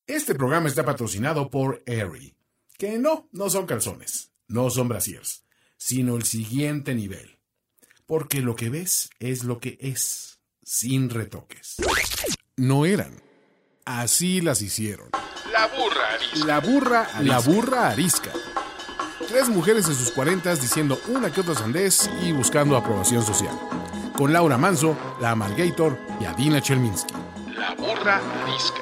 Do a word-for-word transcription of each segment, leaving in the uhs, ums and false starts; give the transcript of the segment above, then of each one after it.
Este programa está patrocinado por Aerie, que no, no son calzones, no son brasiers, sino el siguiente nivel. Porque lo que ves es lo que es, sin retoques. No eran, así las hicieron. La burra arisca. La burra arisca. La burra arisca. Tres mujeres en sus cuarentas diciendo una que otra sandez y buscando aprobación social. Con Laura Manso, la Amalgator y Adina Chelminsky. La burra arisca.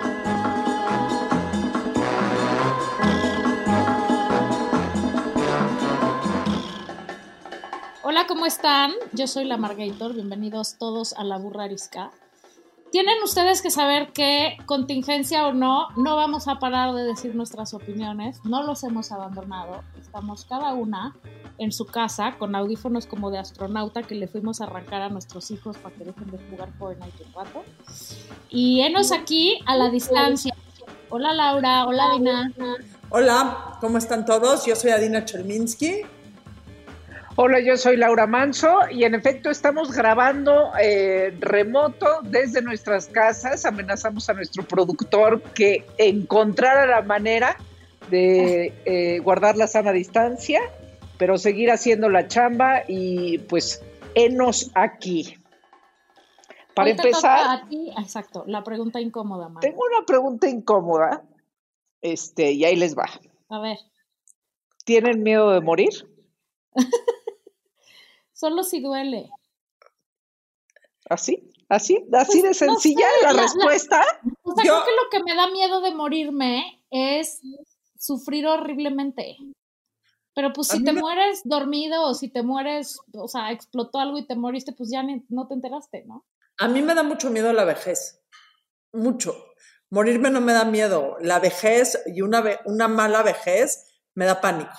Hola, ¿cómo están? Yo soy la Amalgator, bienvenidos todos a La Burra Arisca. Tienen ustedes que saber que, contingencia o no, no vamos a parar de decir nuestras opiniones, no los hemos abandonado, estamos cada una en su casa con audífonos como de astronauta que le fuimos a arrancar a nuestros hijos para que dejen de jugar Fortnite un rato. Y enos aquí a la distancia. Hola Laura, hola Adina. Hola, ¿cómo están todos? Yo soy Adina Chelminsky. Hola, yo soy Laura Manso y en efecto estamos grabando eh, remoto desde nuestras casas. Amenazamos a nuestro productor que encontrara la manera de eh, guardar la sana distancia, pero seguir haciendo la chamba y pues henos aquí. Para Hoy te empezar, toca a ti, exacto, la pregunta incómoda, Mar. tengo una pregunta incómoda, este, y ahí les va. A ver. ¿Tienen miedo de morir? Solo si duele. ¿Así? ¿Así? ¿Así Pues, de sencilla no sé, la, la, respuesta? La, o sea, Yo... creo que lo que me da miedo de morirme es sufrir horriblemente. Pero pues si te me... mueres dormido o si te mueres, o sea, explotó algo y te moriste, pues ya ni, no te enteraste, ¿no? A mí me da mucho miedo la vejez. Mucho. Morirme no me da miedo. La vejez y una, ve- una mala vejez me da pánico.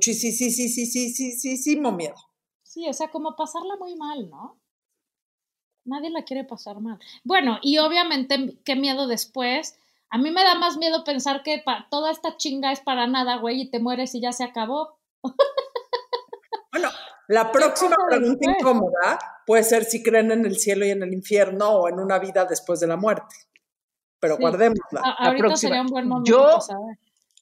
Muchísimo miedo. Sí, o sea, como pasarla muy mal, ¿no? Nadie la quiere pasar mal. Bueno, y obviamente, qué miedo después. A mí me da más miedo pensar que pa- toda esta chinga es para nada, güey, y te mueres y ya se acabó. Bueno, la próxima pregunta después? incómoda puede ser si creen en el cielo y en el infierno o en una vida después de la muerte. Pero sí, guardémosla. A- ahorita próxima. sería un buen momento yo, para saber.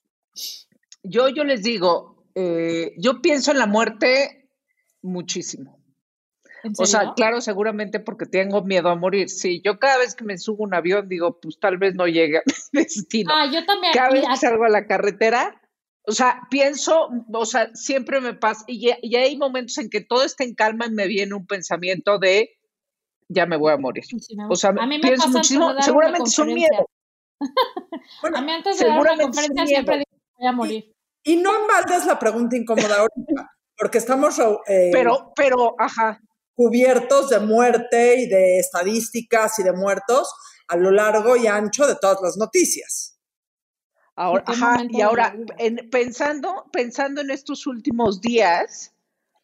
Yo, yo les digo, eh, yo pienso en la muerte muchísimo. O sea, claro, seguramente porque tengo miedo a morir. Sí, yo cada vez que me subo a un avión digo, pues tal vez no llegue a mi destino. Ah, yo también. Cada vez que salgo a la carretera, o sea, pienso, o sea, siempre me pasa, y, y hay momentos en que todo está en calma y me viene un pensamiento de, ya me voy a morir. Sí, me o sea, a mí me pienso pasa muchísimo, de seguramente es un miedo. Bueno, a mí antes de dar una conferencia siempre digo, voy a morir. Y, y no embaldes la pregunta incómoda ahorita, porque estamos... Eh, pero, pero, ajá. cubiertos de muerte y de estadísticas y de muertos a lo largo y ancho de todas las noticias. Ahora, ajá, y ahora, en, pensando, pensando en estos últimos días,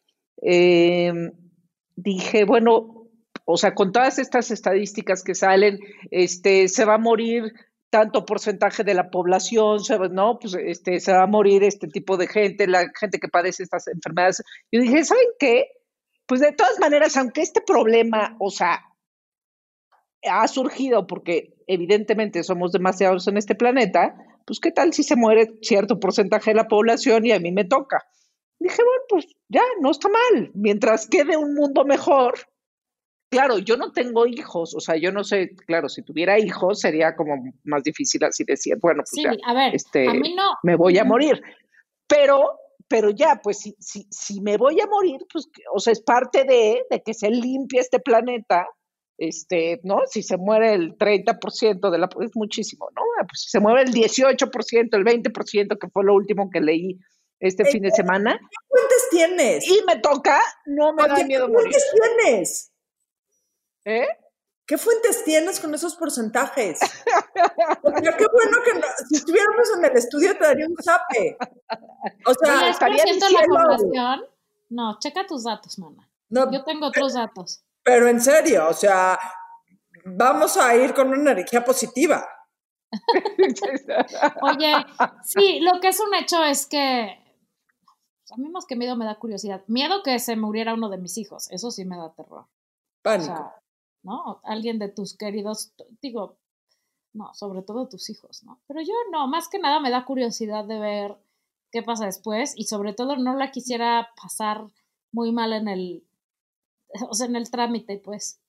eh, dije, bueno, o sea, con todas estas estadísticas que salen, este, se va a morir tanto porcentaje de la población, ¿no? Pues este, se va a morir este tipo de gente, la gente que padece estas enfermedades. Yo dije, ¿saben qué? Pues de todas maneras, aunque este problema, o sea, ha surgido porque evidentemente somos demasiados en este planeta, pues qué tal si se muere cierto porcentaje de la población y a mí me toca. Dije, bueno, pues ya, no está mal. Mientras quede un mundo mejor. Claro, yo no tengo hijos, o sea, yo no sé, claro, si tuviera hijos sería como más difícil así decir, bueno, pues sí, ya, a ver, este, a mí no. me voy a morir. Pero... pero ya, pues si, si, si me voy a morir, pues, o sea, es parte de, de que se limpie este planeta, este, ¿no? Si se muere el treinta por ciento de la, es muchísimo, ¿no? Pues si se muere el dieciocho por ciento, el veinte por ciento, que fue lo último que leí este ¿Qué, fin de semana. ¿Qué fuentes tienes? Y me toca, no me da miedo morir. ¿Qué fuentes tienes? ¿Eh? ¿Qué fuentes tienes con esos porcentajes? O sea, qué bueno que no, si estuviéramos en el estudio te daría un zape. O sea, ¿diez por ciento de la población? No, checa tus datos, mamá. No, yo tengo otros datos. Pero en serio, o sea, vamos a ir con una energía positiva. Oye, sí, lo que es un hecho es que a mí más que miedo me da curiosidad. Miedo que se muriera uno de mis hijos, eso sí me da terror. Pánico. O sea, ¿no? Alguien de tus queridos, digo, No, sobre todo tus hijos, ¿no? Pero yo no, más que nada me da curiosidad de ver qué pasa después y sobre todo no la quisiera pasar muy mal en el, o sea, en el trámite, pues.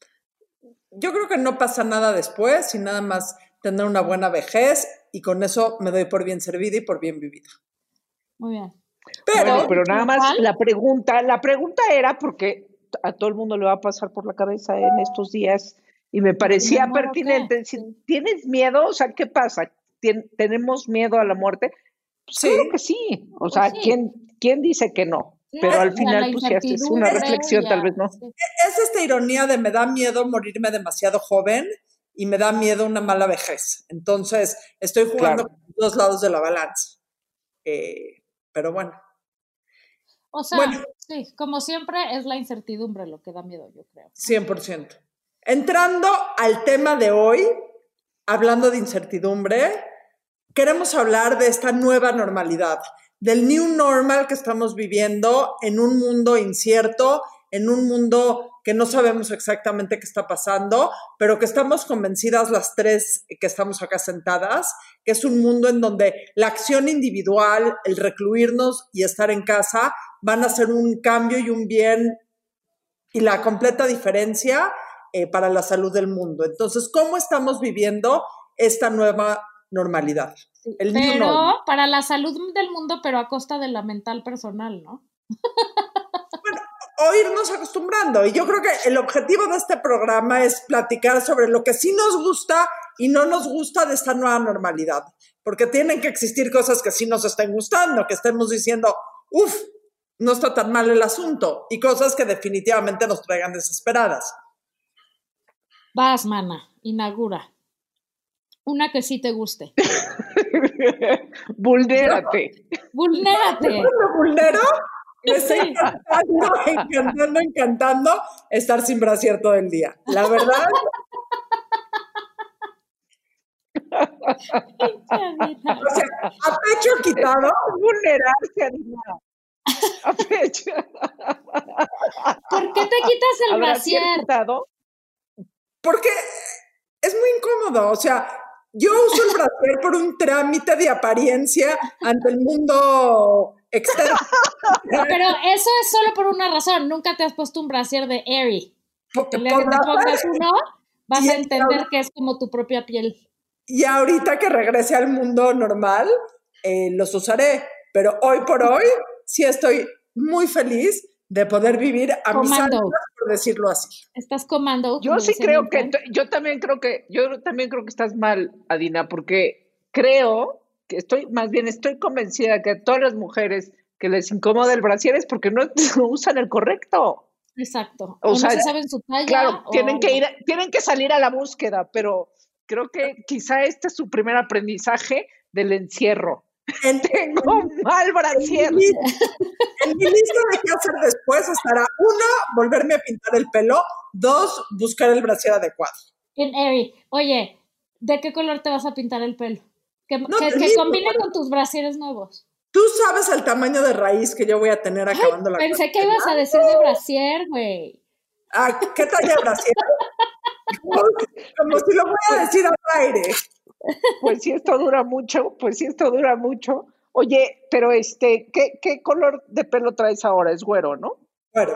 Yo creo que no pasa nada después y nada más tener una buena vejez y con eso me doy por bien servida y por bien vivida. Muy bien. Pero, bueno, pero nada más la pregunta, la pregunta era porque a todo el mundo le va a pasar por la cabeza en estos días y me parecía me pertinente. ¿Qué? Si tienes miedo, o sea, ¿qué pasa? ¿Tien, ¿Tenemos miedo a la muerte? Pues sí. Claro que sí. O sea, pues sí. ¿quién, ¿quién dice que no? Sí, pero al final, pues si haces una reflexión, ya, tal vez no. Sí. Es esta ironía de me da miedo morirme demasiado joven y me da miedo una mala vejez. Entonces, estoy jugando claro. con dos lados de la balanza. Eh, pero bueno. O sea, bueno, sí, como siempre es la incertidumbre lo que da miedo, yo creo. cien por ciento. Entrando al tema de hoy, hablando de incertidumbre, queremos hablar de esta nueva normalidad, del new normal que estamos viviendo en un mundo incierto, en un mundo que no sabemos exactamente qué está pasando, pero que estamos convencidas las tres que estamos acá sentadas, que es un mundo en donde la acción individual, el recluirnos y estar en casa van a ser un cambio y un bien y la completa diferencia eh, para la salud del mundo. Entonces, ¿cómo estamos viviendo esta nueva normalidad? El pero para la salud del mundo, pero a costa de la mental personal, ¿no? Bueno, o irnos acostumbrando. Y yo creo que el objetivo de este programa es platicar sobre lo que sí nos gusta y no nos gusta de esta nueva normalidad. Porque tienen que existir cosas que sí nos estén gustando, que estemos diciendo, uff, no está tan mal el asunto. Y cosas que definitivamente nos traigan desesperadas. Vas, mana, inaugura. Una que sí te guste. Vulnérate. Vulnérate. ¿Me vulnero? Me estoy sí. encantando, encantando, encantando estar sin brasier todo el día. La verdad. O sea, a pecho quitado. Vulnerarse, Adina. A pecho. ¿Por qué te quitas el brasier? Quitado? Porque es muy incómodo. O sea, yo uso el brasier por un trámite de apariencia ante el mundo externo. Pero eso es solo por una razón. Nunca te has puesto un brasier de Aerie. El día que te pongas uno, vas a entender que es como tu propia piel. Y ahorita que regrese al mundo normal, eh, los usaré. Pero hoy por hoy, sí estoy muy feliz de poder vivir a mis anchas, por decirlo así. Estás comando. Yo sí creo que, yo también creo que, yo también creo que estás mal, Adina, porque creo que estoy, más bien estoy convencida que a todas las mujeres que les incomoda el brasier es porque no usan el correcto. Exacto. O, o sea, no se saben su talla. Claro, o... tienen que ir, tienen que salir a la búsqueda, pero creo que quizá este es su primer aprendizaje del encierro. En, Tengo en, mal brasier. En mi, en mi lista de qué hacer después estará, uno, volverme a pintar el pelo, dos, buscar el brasier adecuado. En Aerie, oye, ¿de qué color te vas a pintar el pelo? Que, no, que, que combine bueno. con tus brasieres nuevos. Tú sabes el tamaño de raíz que yo voy a tener acabando Ay, la Pensé que ibas a decir de brasier, güey. Ah, ¿qué talla de brasier? como, como si lo voy a decir al aire. Pues si esto dura mucho, pues si esto dura mucho. Oye, pero este, ¿qué, qué color de pelo traes ahora? Es güero, ¿no? Güero.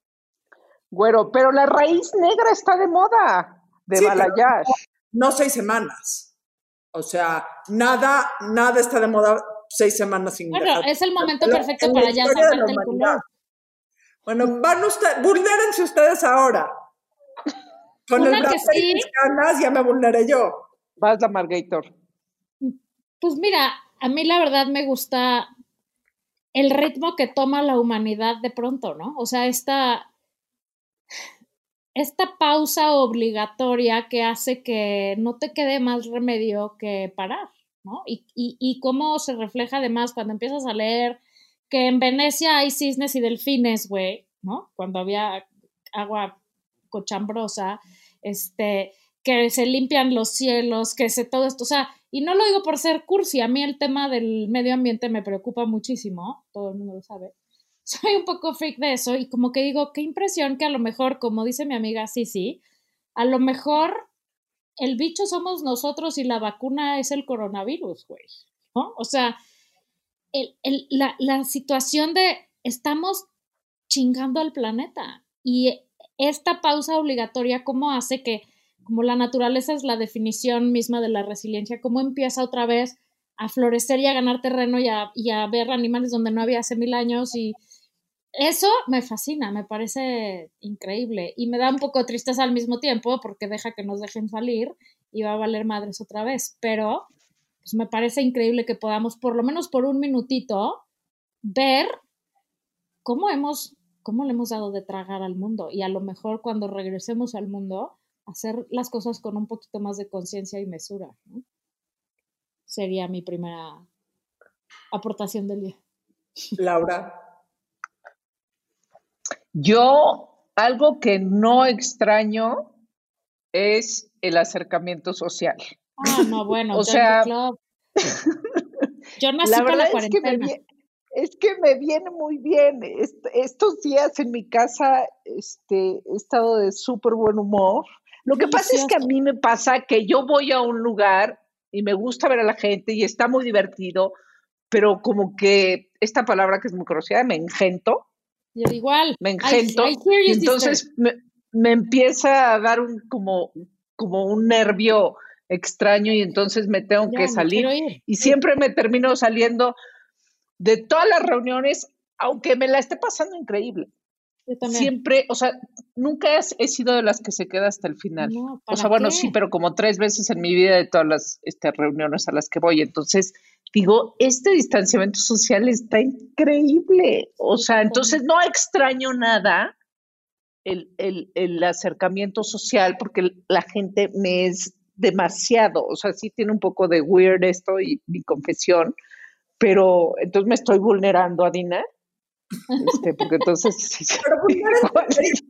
Güero, pero la raíz negra está de moda, de sí, balayage. No, no seis semanas. O sea, nada, nada está de moda seis semanas sin Bueno, dejar. es el momento el, perfecto el, para ya sacarte el color. Bueno, van ustedes, vulnérense ustedes ahora. Con Una el brazo sí. y mis canas ya me vulneré yo. Vas, la Margator. Pues mira, a mí la verdad me gusta el ritmo que toma la humanidad de pronto, ¿no? O sea, esta, esta pausa obligatoria que hace que no te quede más remedio que parar, ¿no? Y, y, y cómo se refleja además cuando empiezas a leer que en Venecia hay cisnes y delfines, güey, ¿no? Cuando había agua cochambrosa, este... que se limpian los cielos, que se todo esto, o sea, y no lo digo por ser cursi, a mí el tema del medio ambiente me preocupa muchísimo, todo el mundo lo sabe, soy un poco freak de eso, y como que digo, qué impresión que a lo mejor, como dice mi amiga, sí, sí, a lo mejor el bicho somos nosotros y la vacuna es el coronavirus, güey, ¿no? O sea, el, el, la, la situación de estamos chingando al planeta y esta pausa obligatoria, ¿cómo hace que, como la naturaleza es la definición misma de la resiliencia, cómo empieza otra vez a florecer y a ganar terreno y a, y a ver animales donde no había hace mil años? Y eso me fascina, me parece increíble y me da un poco tristeza al mismo tiempo porque deja que nos dejen salir y va a valer madres otra vez, pero pues me parece increíble que podamos por lo menos por un minutito ver cómo hemos, cómo le hemos dado de tragar al mundo y a lo mejor cuando regresemos al mundo hacer las cosas con un poquito más de conciencia y mesura, ¿no? Sería mi primera aportación del día. Laura. Yo, algo que no extraño es el acercamiento social. Ah, no, bueno, o sea, yo nací la con la verdad es que, me viene, es que me viene muy bien. Est- estos días en mi casa este, he estado de súper buen humor. Lo que pasa es que a mí me pasa que yo voy a un lugar y me gusta ver a la gente y está muy divertido, pero como que esta palabra que es muy conocida, me engento. Yo igual. Me engento. I, I y entonces me, me empieza a dar un como, como un nervio extraño y entonces me tengo ya, que salir. Y siempre me termino saliendo de todas las reuniones, aunque me la esté pasando increíble. Yo también. Siempre, o sea, nunca he, he sido de las que se queda hasta el final. No, o sea, bueno, qué? sí, pero como tres veces en mi vida de todas las este, reuniones a las que voy. Entonces, digo, este distanciamiento social está increíble. O sea, entonces no extraño nada el, el, el acercamiento social porque la gente me es demasiado. O sea, sí tiene un poco de weird esto y mi confesión, pero entonces me estoy vulnerando a Dina. Este, porque entonces igual,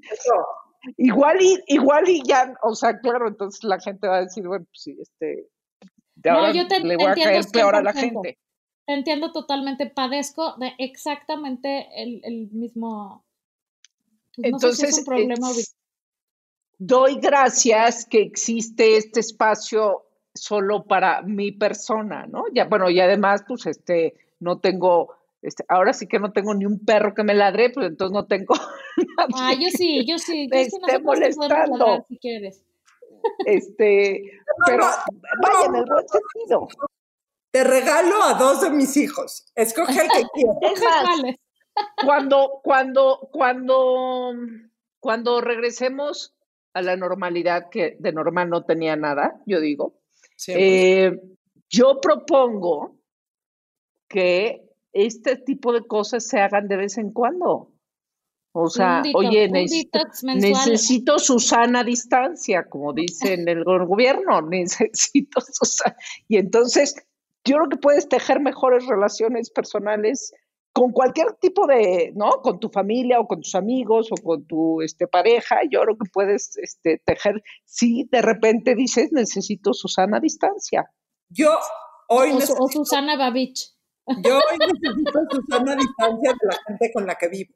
igual y igual y ya, o sea, claro, entonces la gente va a decir, bueno, pues sí, este, de ahora no, yo te, le voy te a caer peor a la gente. Te entiendo totalmente, padezco de exactamente el, el mismo. Pues entonces, no sé si es un problema. Es, doy gracias que existe este espacio solo para mi persona, ¿no? Ya, bueno, y además, pues, este, no tengo. Este, ahora sí que no tengo ni un perro que me ladre, pues entonces no tengo nadie ah, yo sí, yo sí, me esté molestando. Si quieres. Este, pero vaya en el buen sentido. Te regalo a dos de mis hijos. Escoge el que quieras. Es más, cuando, cuando, cuando, cuando regresemos a la normalidad, que de normal no tenía nada, yo digo, eh, yo propongo que este tipo de cosas se hagan de vez en cuando. O sea, detox, oye, necesito, necesito Susana a distancia, como dicen el gobierno, necesito Susana. Y entonces, yo creo que puedes tejer mejores relaciones personales con cualquier tipo de, ¿no? Con tu familia o con tus amigos o con tu este, pareja. Yo creo que puedes este, tejer, si de repente dices, necesito Susana a distancia. Yo hoy o, necesito... o Susana Babich. Yo hoy necesito Susana a distancia de la gente con la que vivo.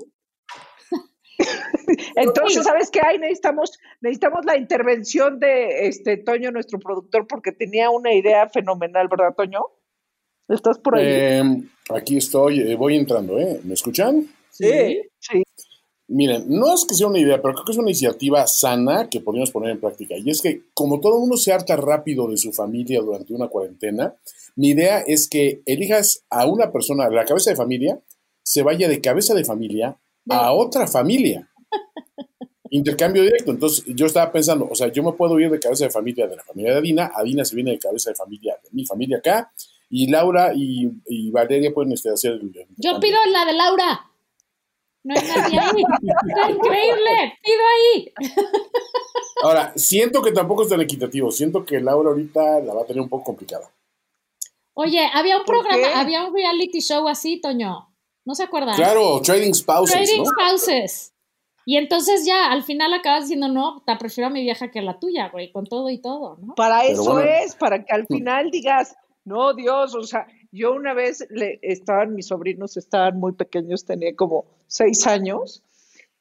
Entonces, ¿sabes qué hay? Necesitamos, necesitamos la intervención de este Toño, nuestro productor, porque tenía una idea fenomenal, ¿verdad, Toño? ¿Estás por ahí? Eh, aquí estoy, eh, voy entrando, ¿eh? ¿Me escuchan? Sí. Sí. Miren, no es que sea una idea, pero creo que es una iniciativa sana que podríamos poner en práctica. Y es que, como todo el mundo se harta rápido de su familia durante una cuarentena, mi idea es que elijas a una persona, la cabeza de familia, se vaya de cabeza de familia a otra familia. Intercambio directo. Entonces, yo estaba pensando, o sea, yo me puedo ir de cabeza de familia de la familia de Adina, Adina se viene de cabeza de familia de mi familia acá, y Laura y, y Valeria pueden este, hacer el, el Yo pido la de Laura. No hay nadie ahí. Está increíble. Pido ahí. Ahora, siento que tampoco es tan equitativo. Siento que Laura ahorita la va a tener un poco complicada. Oye, había un programa, había un reality show así, Toño. ¿No se acuerdan? Claro, Trading Spouses, Trading ¿no? Spouses. Y entonces ya, al final acabas diciendo, no, te prefiero a mi vieja que a la tuya, güey, con todo y todo, ¿no? Para Pero eso bueno. es, para que al final digas, no, Dios, o sea, yo una vez le, estaban, mis sobrinos estaban muy pequeños, tenía como seis años,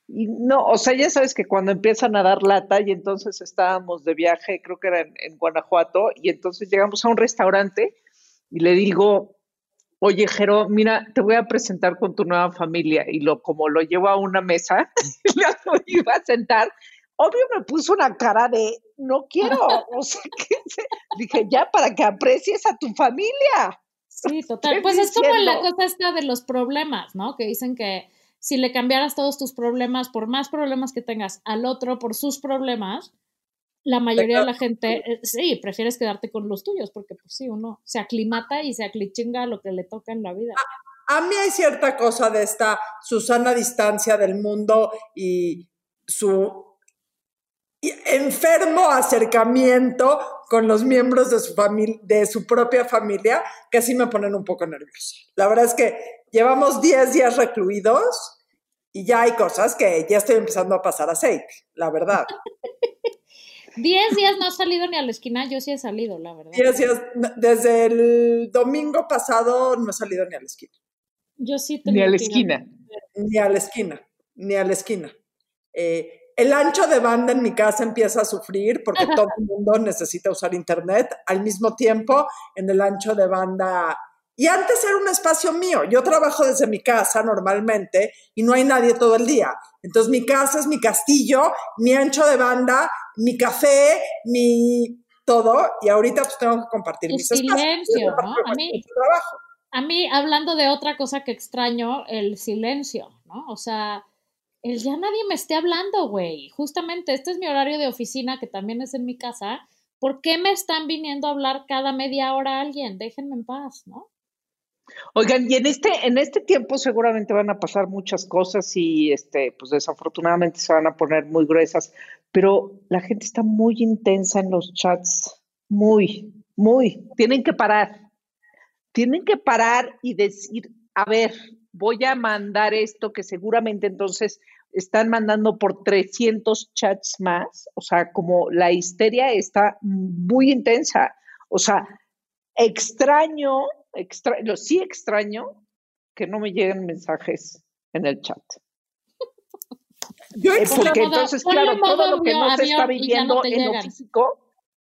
Y no, o sea, ya sabes que cuando empiezan a dar lata y entonces estábamos de viaje, creo que era en, en Guanajuato, y entonces llegamos a un restaurante y le digo, oye, Jero, mira, te voy a presentar con tu nueva familia. Y lo como lo llevo a una mesa, lo iba a sentar, obvio me puso una cara de, no quiero, o sea, que se, dije, ya, para que aprecies a tu familia. Sí, total, pues es como la cosa esta de los problemas, ¿no? Que dicen que si le cambiaras todos tus problemas, por más problemas que tengas, al otro por sus problemas, la mayoría de la gente, eh, sí, prefieres quedarte con los tuyos, porque pues sí, uno se aclimata y se aclichinga a lo que le toca en la vida. A, a mí hay cierta cosa de esta Susana distancia del mundo y su enfermo acercamiento con los miembros de su familia, de su propia familia, que sí me ponen un poco nerviosa. La verdad es que llevamos diez días recluidos y ya hay cosas que ya estoy empezando a pasar aceite, la verdad. diez días no has salido ni a la esquina, yo sí he salido, la verdad. diez días, desde el domingo pasado no he salido ni a la esquina. Yo sí Ni a la esquina. Ni a la esquina, ni a la esquina. Eh, El ancho de banda en mi casa empieza a sufrir porque todo el mundo necesita usar internet. Al mismo tiempo, en el ancho de banda... Y antes era un espacio mío. Yo trabajo desde mi casa normalmente y no hay nadie todo el día. Entonces, mi casa es mi castillo, mi ancho de banda, mi café, mi todo. Y ahorita pues tengo que compartir el mis silencio, espacios. ¿no? A mí, a mí, hablando de otra cosa que extraño, el silencio, ¿no? O sea... el ya nadie me esté hablando, güey. Justamente, este es mi horario de oficina, que también es en mi casa. ¿Por qué me están viniendo a hablar cada media hora alguien? Déjenme en paz, ¿no? Oigan, y en este, en este tiempo seguramente van a pasar muchas cosas y este, pues desafortunadamente se van a poner muy gruesas, pero la gente está muy intensa en los chats. Muy, muy. Tienen que parar. Tienen que parar y decir, a ver, voy a mandar esto que seguramente entonces están mandando por trescientos chats más, o sea, como la histeria está muy intensa, o sea, extraño, extraño, sí extraño que no me lleguen mensajes en el chat. Yo eh, porque entonces, claro, todo lo que no se está viviendo no en llegan. Lo físico,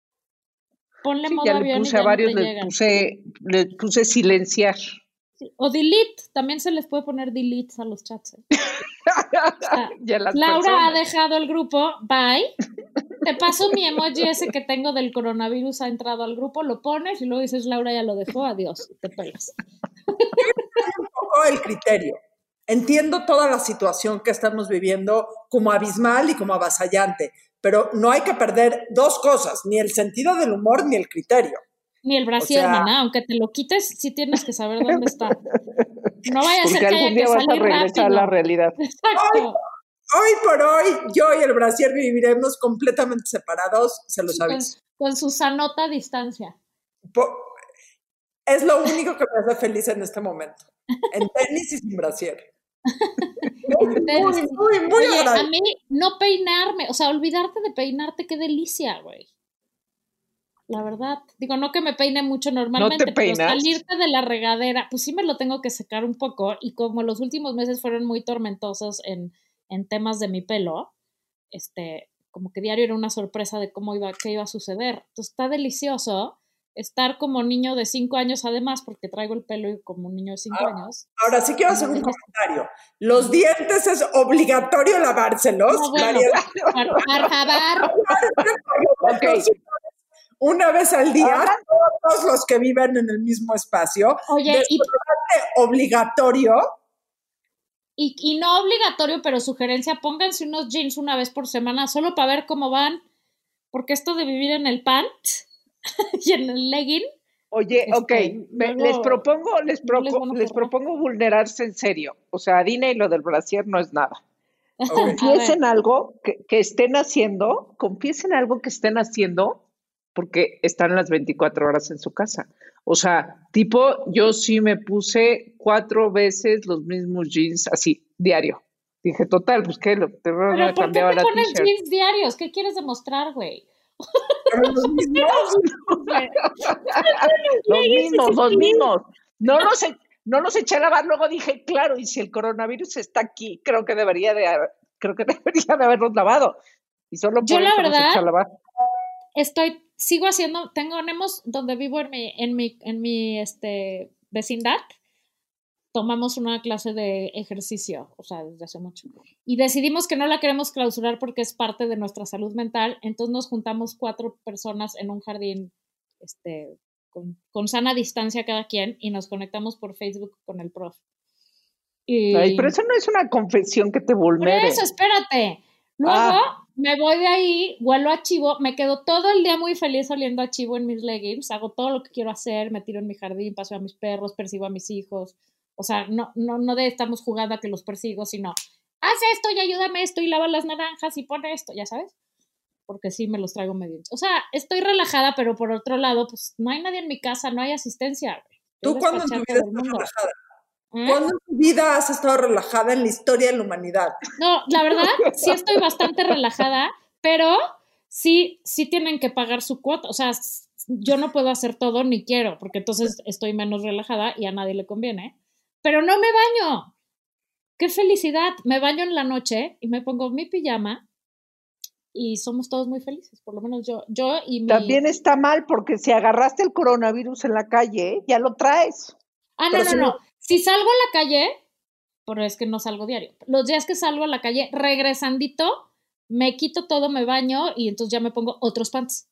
ponle sí, modo ya avión le puse y a varios, no le puse, le puse silenciar. O delete, también se les puede poner delete a los chats. ¿eh? O sea, Laura personas. Ha dejado el grupo, bye. Te paso mi emoji ese que tengo del coronavirus, ha entrado al grupo, lo pones y luego dices, Laura ya lo dejó, adiós, te pelas. Un poco el criterio. Entiendo toda la situación que estamos viviendo como abismal y como avasallante, pero no hay que perder dos cosas, ni el sentido del humor ni el criterio. Ni el brasier, o sea, maná, aunque te lo quites, sí tienes que saber dónde está. No vaya a ser que haya que salir rápido. A la realidad. Hoy, hoy por hoy, yo y el brasier viviremos completamente separados, se los sí, aviso. Con, con su sanota distancia. Po- es lo único que me hace feliz en este momento. En tenis y sin brasier. Muy, muy, muy, muy Oye, a mí no peinarme, o sea, olvidarte de peinarte, qué delicia, güey. La verdad, digo, no que me peine mucho normalmente, ¿No pero salirte de la regadera, pues sí me lo tengo que secar un poco, y como los últimos meses fueron muy tormentosos en, en temas de mi pelo, este, como que diario era una sorpresa de cómo iba, qué iba a suceder. Entonces está delicioso estar como niño de cinco años, además, porque traigo el pelo como un niño de cinco ahora, años. Ahora sí quiero hacer un comentario. Los dientes es obligatorio lavárselos. No, bueno, para jabar. Okay. Una vez al día, ¿Ah? todos los que viven en el mismo espacio. Oye, y, obligatorio. Y, y no obligatorio, pero sugerencia, pónganse unos jeans una vez por semana, solo para ver cómo van, porque esto de vivir en el pant y en el legging. Oye, este, ok, me, luego, les propongo, les, propo, les, les propongo vulnerarse en serio. O sea, Dina, y lo del brasier no es nada. Confiesen algo que, que estén haciendo, confiesen algo que estén haciendo, porque están las veinticuatro horas en su casa. O sea, tipo, yo sí me puse cuatro veces los mismos jeans, así, diario. Dije, total, pues, ¿qué? Lo, te ¿Pero por qué te pones t-shirt. Jeans diarios? ¿Qué quieres demostrar, güey? los mismos. los mismos, los mismos. No los, e- no los eché a lavar, luego dije, claro, y si el coronavirus está aquí, creo que debería de creo que debería de haberlos lavado. Y solo por Yo eso la verdad, los eché a lavar. Estoy, sigo haciendo, tengo, tenemos, donde vivo en mi, en mi, en mi este, vecindad, tomamos una clase de ejercicio, o sea, desde hace mucho. Y decidimos que no la queremos clausurar porque es parte de nuestra salud mental, entonces nos juntamos cuatro personas en un jardín, este, con, con sana distancia cada quien, y nos conectamos por Facebook con el profe. Y... Ay, pero eso no es una confesión que te vulnere. Por eso, espérate. Luego ah. me voy de ahí, huelo a chivo, me quedo todo el día muy feliz oliendo a chivo en mis leggings, hago todo lo que quiero hacer, me tiro en mi jardín, paseo a mis perros, persigo a mis hijos. O sea, no, no, no de estamos jugando a que los persigo, sino haz esto y ayúdame esto y lava las naranjas y pone esto, ya sabes, porque sí me los traigo medio. O sea, estoy relajada, pero por otro lado, pues no hay nadie en mi casa, no hay asistencia. ¿Tú cuándo en tu vida estás relajada? ¿Eh? ¿Cuándo en tu vida has estado relajada en la historia de la humanidad? No, la verdad, sí estoy bastante relajada, pero sí, sí tienen que pagar su cuota. O sea, yo no puedo hacer todo ni quiero, porque entonces estoy menos relajada y a nadie le conviene. Pero no me baño. ¡Qué felicidad! Me baño en la noche y me pongo mi pijama y somos todos muy felices, por lo menos yo, yo y mi... También está mal porque si agarraste el coronavirus en la calle, ya lo traes. Ah, no, no, no, no. Si salgo a la calle, pero es que no salgo diario. Los días que salgo a la calle, regresandito, me quito todo, me baño y entonces ya me pongo otros pants.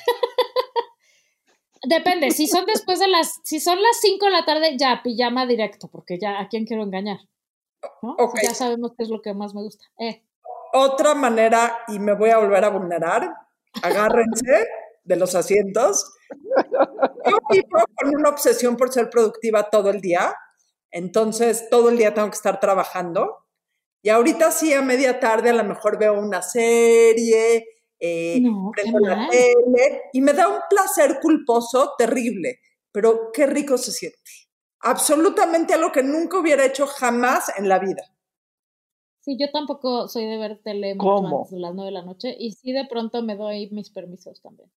Depende, si son después de las, si son las cinco de la tarde, ya, pijama directo, porque ya, ¿a quién quiero engañar? ¿No? Okay. Ya sabemos qué es lo que más me gusta. Eh. Otra manera, y me voy a volver a vulnerar, agárrense de los asientos. Yo vivo con una obsesión por ser productiva todo el día, entonces todo el día tengo que estar trabajando, y ahorita sí a media tarde a lo mejor veo una serie, Eh, no, prendo la tele y me da un placer culposo terrible, pero qué rico se siente. Absolutamente algo que nunca hubiera hecho jamás en la vida. Sí, yo tampoco soy de ver tele mucho antes de las nueve de la noche y sí de pronto me doy mis permisos también.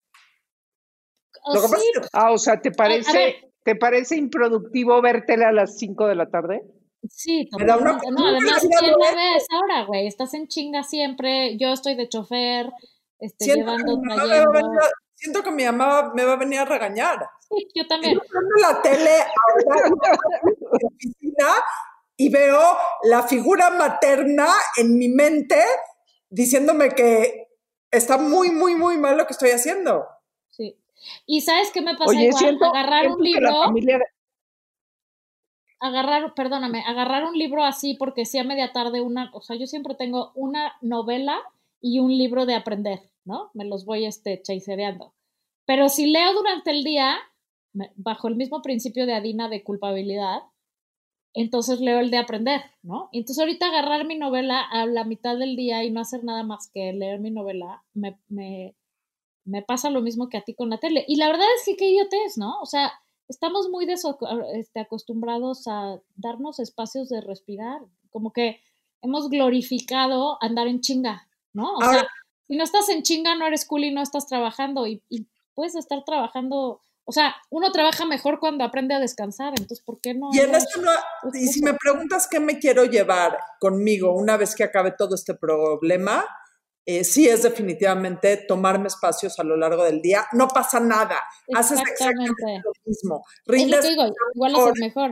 O Lo que sí, pasa es que... Ah, o sea, ¿te parece, ¿te parece improductivo ver tele a las cinco de la tarde? Sí, totalmente. Una... No, además, ¿quién la ve a esa hora, güey? Estás en chinga siempre. Yo estoy de chofer, este, siento llevando, trayendo. Venir, siento que mi mamá me va a venir a regañar. Sí, yo también. Yo prendo la tele ahora en la oficina y veo la figura materna en mi mente diciéndome que está muy, muy, muy mal lo que estoy haciendo. Sí. ¿Y sabes qué me pasa? Oye, igual? Siento, agarrar siento un libro. Familia... Agarrar, perdóname, agarrar un libro así porque sí a media tarde una, o sea, yo siempre tengo una novela y un libro de aprender, ¿no? Me los voy este, chasereando. Pero si leo durante el día, me, bajo el mismo principio de Adina de culpabilidad, entonces leo el de aprender, ¿no? Entonces ahorita agarrar mi novela a la mitad del día y no hacer nada más que leer mi novela, me, me, me pasa lo mismo que a ti con la tele. Y la verdad es que qué idiotez, ¿no? O sea, estamos muy deso- este, acostumbrados a darnos espacios de respirar, como que hemos glorificado andar en chinga, ¿no? O sea, si no estás en chinga no eres cool y no estás trabajando y, y puedes estar trabajando, o sea, uno trabaja mejor cuando aprende a descansar, entonces ¿por qué no? Y en esto no, y si me preguntas qué me quiero llevar conmigo una vez que acabe todo este problema, Eh, sí es definitivamente tomarme espacios a lo largo del día. No pasa nada. Haces exactamente lo mismo. Rindes es lo que digo, igual es el mejor.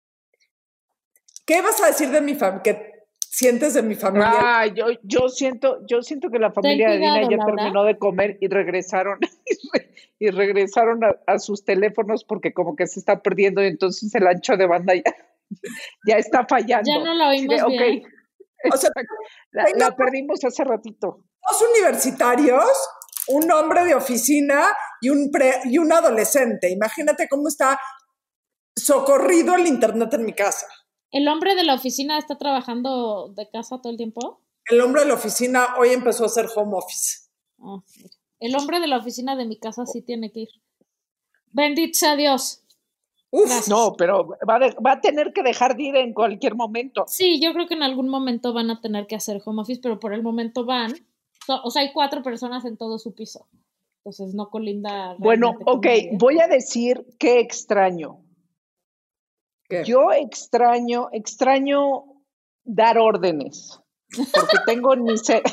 ¿Qué vas a decir de mi familia? ¿Qué sientes de mi familia? Ah, yo, yo siento, yo siento que la familia cuidado, de Dina ya Laura. terminó de comer y regresaron y regresaron a, a sus teléfonos porque como que se está perdiendo y entonces el ancho de banda ya, ya está fallando. Ya no la oímos sí, bien. Okay. O sea, la, la perdimos hace ratito. Dos universitarios, un hombre de oficina y un, pre, y un adolescente. Imagínate cómo está socorrido el internet en mi casa. ¿El hombre de la oficina está trabajando de casa todo el tiempo? El hombre de la oficina hoy empezó a hacer home office. Oh, el hombre de la oficina de mi casa sí tiene que ir. Bendito sea Dios. Uf, no, pero va, de, va a tener que dejar de ir en cualquier momento. Sí, yo creo que en algún momento van a tener que hacer home office, pero por el momento van. O sea, hay cuatro personas en todo su piso. Entonces no colinda. Bueno, ok, voy a decir que extraño. ¿Qué? Yo extraño, extraño dar órdenes. porque tengo en mi ser,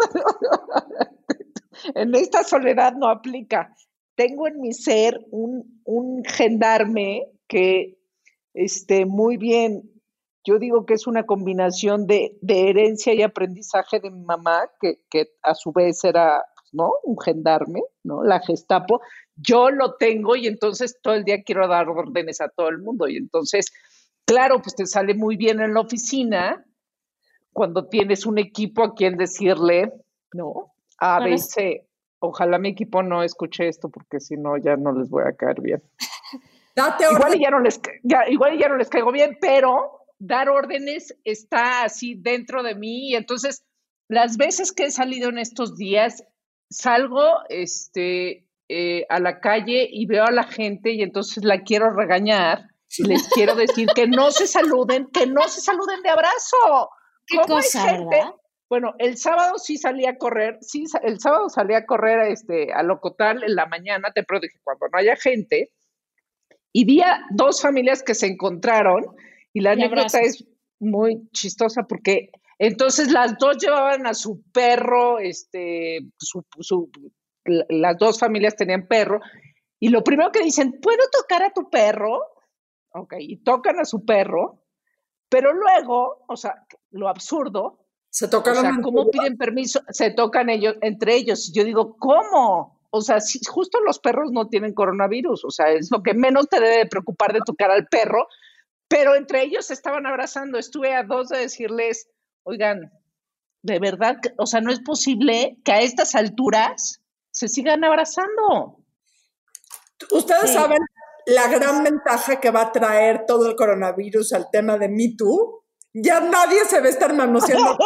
en esta soledad no aplica, tengo en mi ser un, un gendarme que, este, muy bien, yo digo que es una combinación de, de herencia y aprendizaje de mi mamá, que, que a su vez era, ¿no? Un gendarme, ¿no? La Gestapo. Yo lo tengo y entonces todo el día quiero dar órdenes a todo el mundo. Y entonces, claro, pues te sale muy bien en la oficina cuando tienes un equipo a quien decirle, ¿no? A, B, C. Ojalá mi equipo no escuche esto porque si no ya no les voy a caer bien. Date igual ya no les ya, igual ya no les caigo bien, pero dar órdenes está así dentro de mí y entonces las veces que he salido en estos días salgo este, eh, a la calle y veo a la gente y entonces la quiero regañar y les quiero decir que no se saluden, que no se saluden de abrazo. ¿Qué cosa, hay gente? ¿Verdad? Bueno, el sábado sí salí a correr, sí, el sábado salí a correr este, a Locotal en la mañana, te dije cuando no haya gente, y vi a dos familias que se encontraron. Y la y anécdota abrazos. Es muy chistosa porque entonces las dos llevaban a su perro, este, su, su, las dos familias tenían perro, y lo primero que dicen, ¿puedo tocar a tu perro? Ok, y tocan a su perro, pero luego, o sea, lo absurdo, se tocan, o sea, ¿cómo piden permiso? Se tocan ellos, entre ellos. Yo digo, ¿cómo? O sea, si justo los perros no tienen coronavirus, o sea, es lo que menos te debe preocupar de tocar al perro. Pero entre ellos se estaban abrazando. Estuve a dos de decirles, oigan, de verdad, o sea, no es posible que a estas alturas se sigan abrazando. Ustedes sí. saben la gran ventaja que va a traer todo el coronavirus al tema de Me Too. Ya nadie se va a estar manoseando.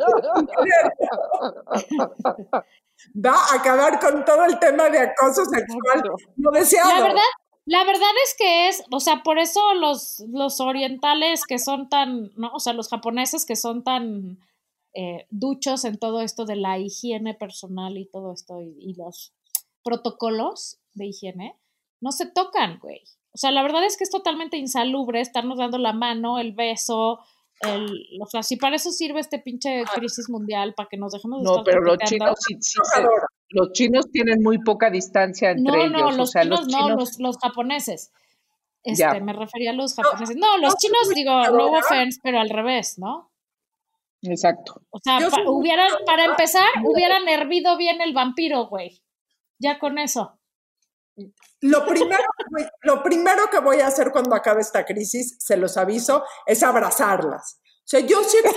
Va a acabar con todo el tema de acoso sexual no deseado. La verdad, La verdad es que es, o sea, por eso los, los orientales que son tan, ¿no? O sea, los japoneses que son tan eh, duchos en todo esto de la higiene personal y todo esto y, y los protocolos de higiene, no se tocan, güey. O sea, la verdad es que es totalmente insalubre estarnos dando la mano, el beso, el, o sea, si para eso sirve este pinche crisis mundial, para que nos dejemos de no, estar pero los chinos sí, sí se, los chinos tienen muy poca distancia entre no, ellos. No, los o sea, chinos los no, chinos... los, los japoneses. Este, ya. me refería a los japoneses. No, los chinos, digo, no offense, pero al revés, ¿no? Exacto. O sea, pa, hubieran, para empezar, hubieran hervido bien el vampiro, güey. Ya con eso. Lo primero, lo primero que voy a hacer cuando acabe esta crisis, se los aviso, es abrazarlas. O sea, yo siempre...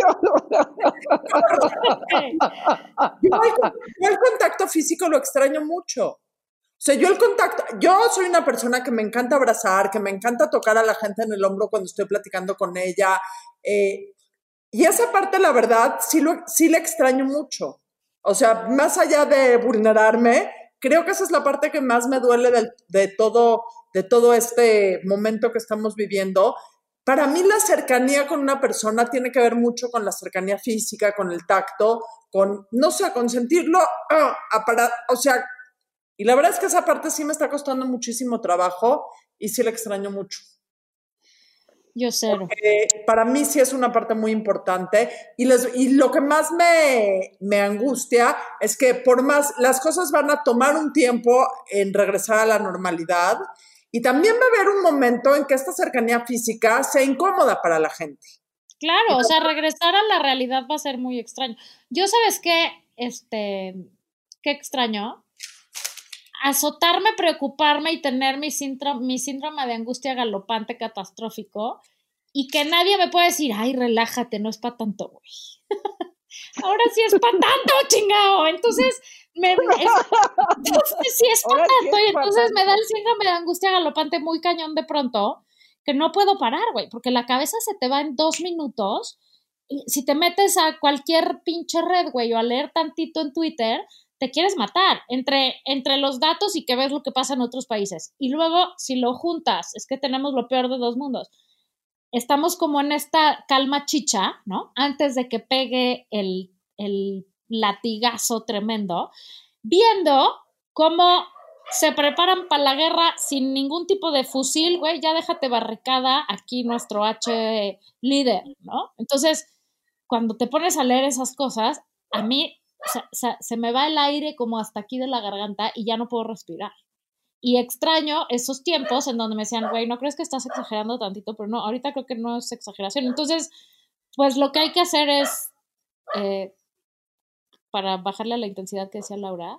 yo, el, yo el contacto físico lo extraño mucho. O sea, yo el contacto... Yo soy una persona que me encanta abrazar, que me encanta tocar a la gente en el hombro cuando estoy platicando con ella. Eh, y esa parte, la verdad, sí, lo, sí la extraño mucho. O sea, más allá de vulnerarme... Creo que esa es la parte que más me duele de, de, todo, de todo este momento que estamos viviendo. Para mí la cercanía con una persona tiene que ver mucho con la cercanía física, con el tacto, con, no sé, con sentirlo, ah, para, o sea, y la verdad es que esa parte sí me está costando muchísimo trabajo y sí la extraño mucho. Yo cero. Porque para mí sí es una parte muy importante y, les, y lo que más me, me angustia es que por más, las cosas van a tomar un tiempo en regresar a la normalidad y también va a haber un momento en que esta cercanía física sea incómoda para la gente. Claro, o sea, regresar a la realidad va a ser muy extraño. Yo, ¿sabes qué? Este, qué extraño. Azotarme, preocuparme y tener mi síndrome, mi síndrome de angustia galopante catastrófico y que nadie me pueda decir, ay, relájate, no es para tanto, güey. Ahora sí es para tanto, chingado. Entonces, me, es, entonces sí es para tanto y entonces me da el síndrome de angustia galopante muy cañón de pronto que no puedo parar, güey, porque la cabeza se te va en dos minutos. Y si te metes a cualquier pinche red, güey, o a leer tantito en Twitter, te quieres matar entre, entre los datos y que ves lo que pasa en otros países. Y luego, si lo juntas, es que tenemos lo peor de dos mundos. Estamos como en esta calma chicha, ¿no? Antes de que pegue el, el latigazo tremendo, viendo cómo se preparan para la guerra sin ningún tipo de fusil, güey, ya déjate barricada aquí nuestro H líder, ¿no? Entonces, cuando te pones a leer esas cosas, a mí o sea, o sea, se me va el aire como hasta aquí de la garganta y ya no puedo respirar. Y extraño esos tiempos en donde me decían, güey, ¿no crees que estás exagerando tantito? Pero no, ahorita creo que no es exageración. Entonces, pues lo que hay que hacer es, eh, para bajarle a la intensidad que decía Laura,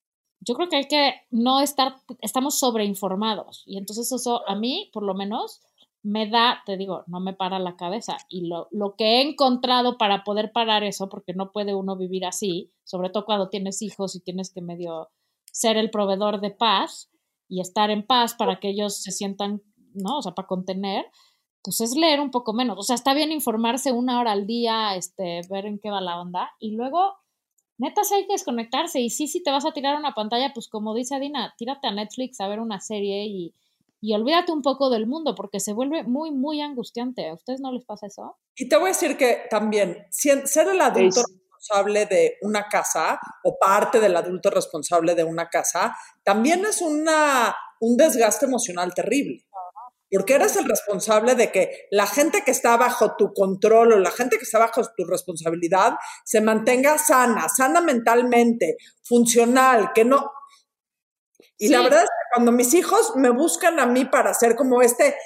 yo creo que hay que no estar, estamos sobreinformados. Y entonces eso a mí, por lo menos, me da, te digo, no me para la cabeza. Y lo, lo que he encontrado para poder parar eso, porque no puede uno vivir así, sobre todo cuando tienes hijos y tienes que medio ser el proveedor de paz y estar en paz para que ellos se sientan, ¿no? O sea, para contener, pues es leer un poco menos. O sea, está bien informarse una hora al día, este, ver en qué va la onda. Y luego, neta, sí hay que desconectarse. Y sí, si te vas a tirar una pantalla, pues como dice Adina, tírate a Netflix a ver una serie y, y olvídate un poco del mundo, porque se vuelve muy, muy angustiante. ¿A ustedes no les pasa eso? Y te voy a decir que también, ser el adulto es... responsable de una casa o parte del adulto responsable de una casa, también es una, un desgaste emocional terrible. Porque eres el responsable de que la gente que está bajo tu control o la gente que está bajo tu responsabilidad se mantenga sana, sana mentalmente, funcional, que no... Y sí. La verdad es que cuando mis hijos me buscan a mí para ser como este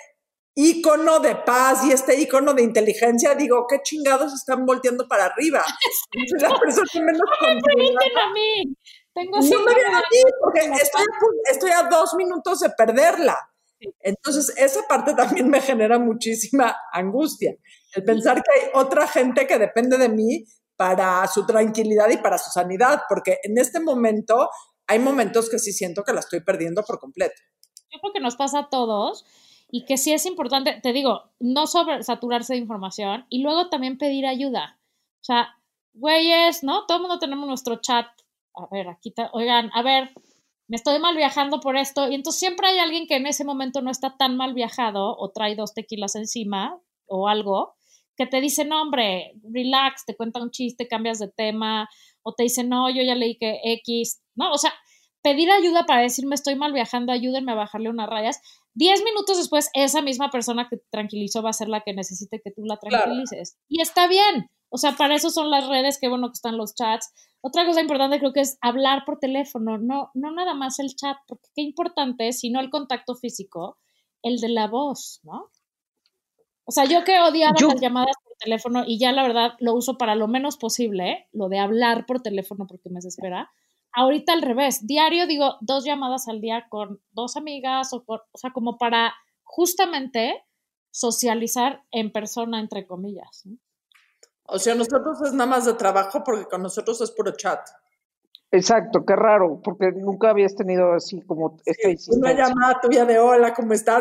ícono de paz y este ícono de inteligencia, digo, ¿qué chingados están volteando para arriba? Soy la persona menos controlada. a mí. Tengo no me vean a mí, porque estoy a, estoy a dos minutos de perderla. Entonces, esa parte también me genera muchísima angustia. El pensar que hay otra gente que depende de mí para su tranquilidad y para su sanidad, porque en este momento hay momentos que sí siento que la estoy perdiendo por completo. Yo creo que nos pasa a todos y que sí es importante, te digo, no sobresaturarse de información y luego también pedir ayuda. O sea, güeyes, ¿no? Todo el mundo tenemos nuestro chat. A ver, aquí, te, oigan, a ver, me estoy mal viajando por esto, y entonces siempre hay alguien que en ese momento no está tan mal viajado o trae dos tequilas encima o algo, que te dice, no, hombre, relax, te cuenta un chiste, cambias de tema, o te dice, no, yo ya leí que X, ¿no? O sea, pedir ayuda para decirme estoy mal viajando, ayúdenme a bajarle unas rayas. Diez minutos después, esa misma persona que te tranquilizó va a ser la que necesite que tú la tranquilices. Claro. Y está bien. O sea, para eso son las redes, qué bueno que están los chats. Otra cosa importante creo que es hablar por teléfono, no, no nada más el chat, porque qué importante es, sino el contacto físico, el de la voz, ¿no? O sea, yo que odiaba yo... las llamadas por teléfono y ya la verdad lo uso para lo menos posible, ¿eh? Lo de hablar por teléfono porque me desespera. Ahorita al revés, diario digo dos llamadas al día con dos amigas, o, por, o sea, como para justamente socializar en persona, entre comillas, ¿no? O sea, nosotros es nada más de trabajo porque con nosotros es puro chat. Exacto, qué raro, porque nunca habías tenido así como esta sí, insistencia. Una llamada tuya de hola, ¿cómo estás?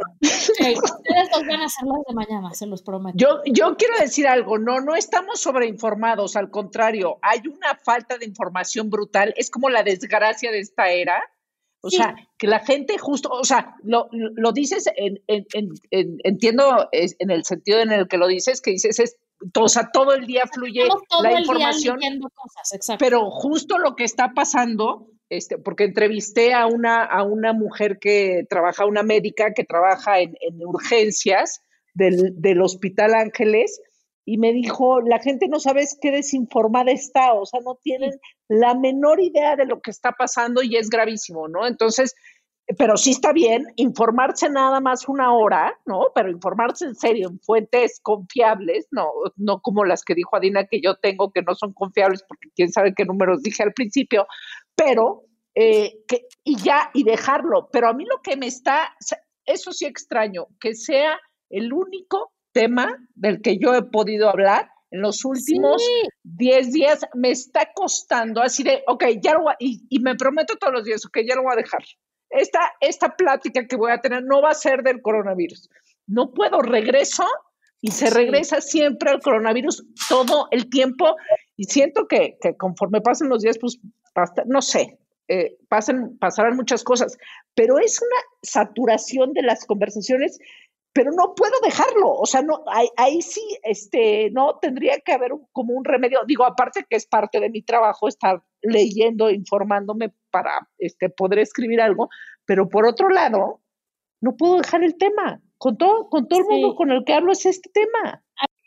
Okay, ustedes los van a hacer las de mañana, se los prometo. Yo, yo quiero decir algo, no, no estamos sobreinformados, al contrario, hay una falta de información brutal, es como la desgracia de esta era. O sí. sea, que la gente justo, o sea, lo, lo dices, en, en, en, en, entiendo es, en el sentido en el que lo dices, que dices, es, o sea, todo el día fluye todo la el información, día cosas, exacto. Pero justo lo que está pasando, este, porque entrevisté a una, a una mujer que trabaja, una médica que trabaja en, en urgencias del, del Hospital Ángeles, y me dijo, la gente no sabe qué desinformada está, o sea, no tienen sí. la menor idea de lo que está pasando y es gravísimo, ¿no? Entonces, pero sí está bien informarse nada más una hora, ¿no? Pero informarse en serio, en fuentes confiables, no, no como las que dijo Adina que yo tengo, que no son confiables porque quién sabe qué números dije al principio, pero, eh, que, y ya, y dejarlo. Pero a mí lo que me está, eso sí extraño, que sea el único tema del que yo he podido hablar en los últimos diez sí. días, me está costando así de, ok, ya lo voy a, y, y me prometo todos los días, ok, ya lo voy a dejar. Esta, esta plática que voy a tener no va a ser del coronavirus. No puedo, regreso y se sí. regresa siempre al coronavirus todo el tiempo y siento que, que conforme pasen los días, pues, basta, no sé, eh, pasen, pasarán muchas cosas, pero es una saturación de las conversaciones, pero no puedo dejarlo, o sea, no, ahí, ahí sí, este, no, tendría que haber un, como un remedio, digo, aparte que es parte de mi trabajo estar leyendo, informándome para este, poder escribir algo, pero por otro lado, no puedo dejar el tema, con todo, con todo el mundo sí. con el que hablo es este tema.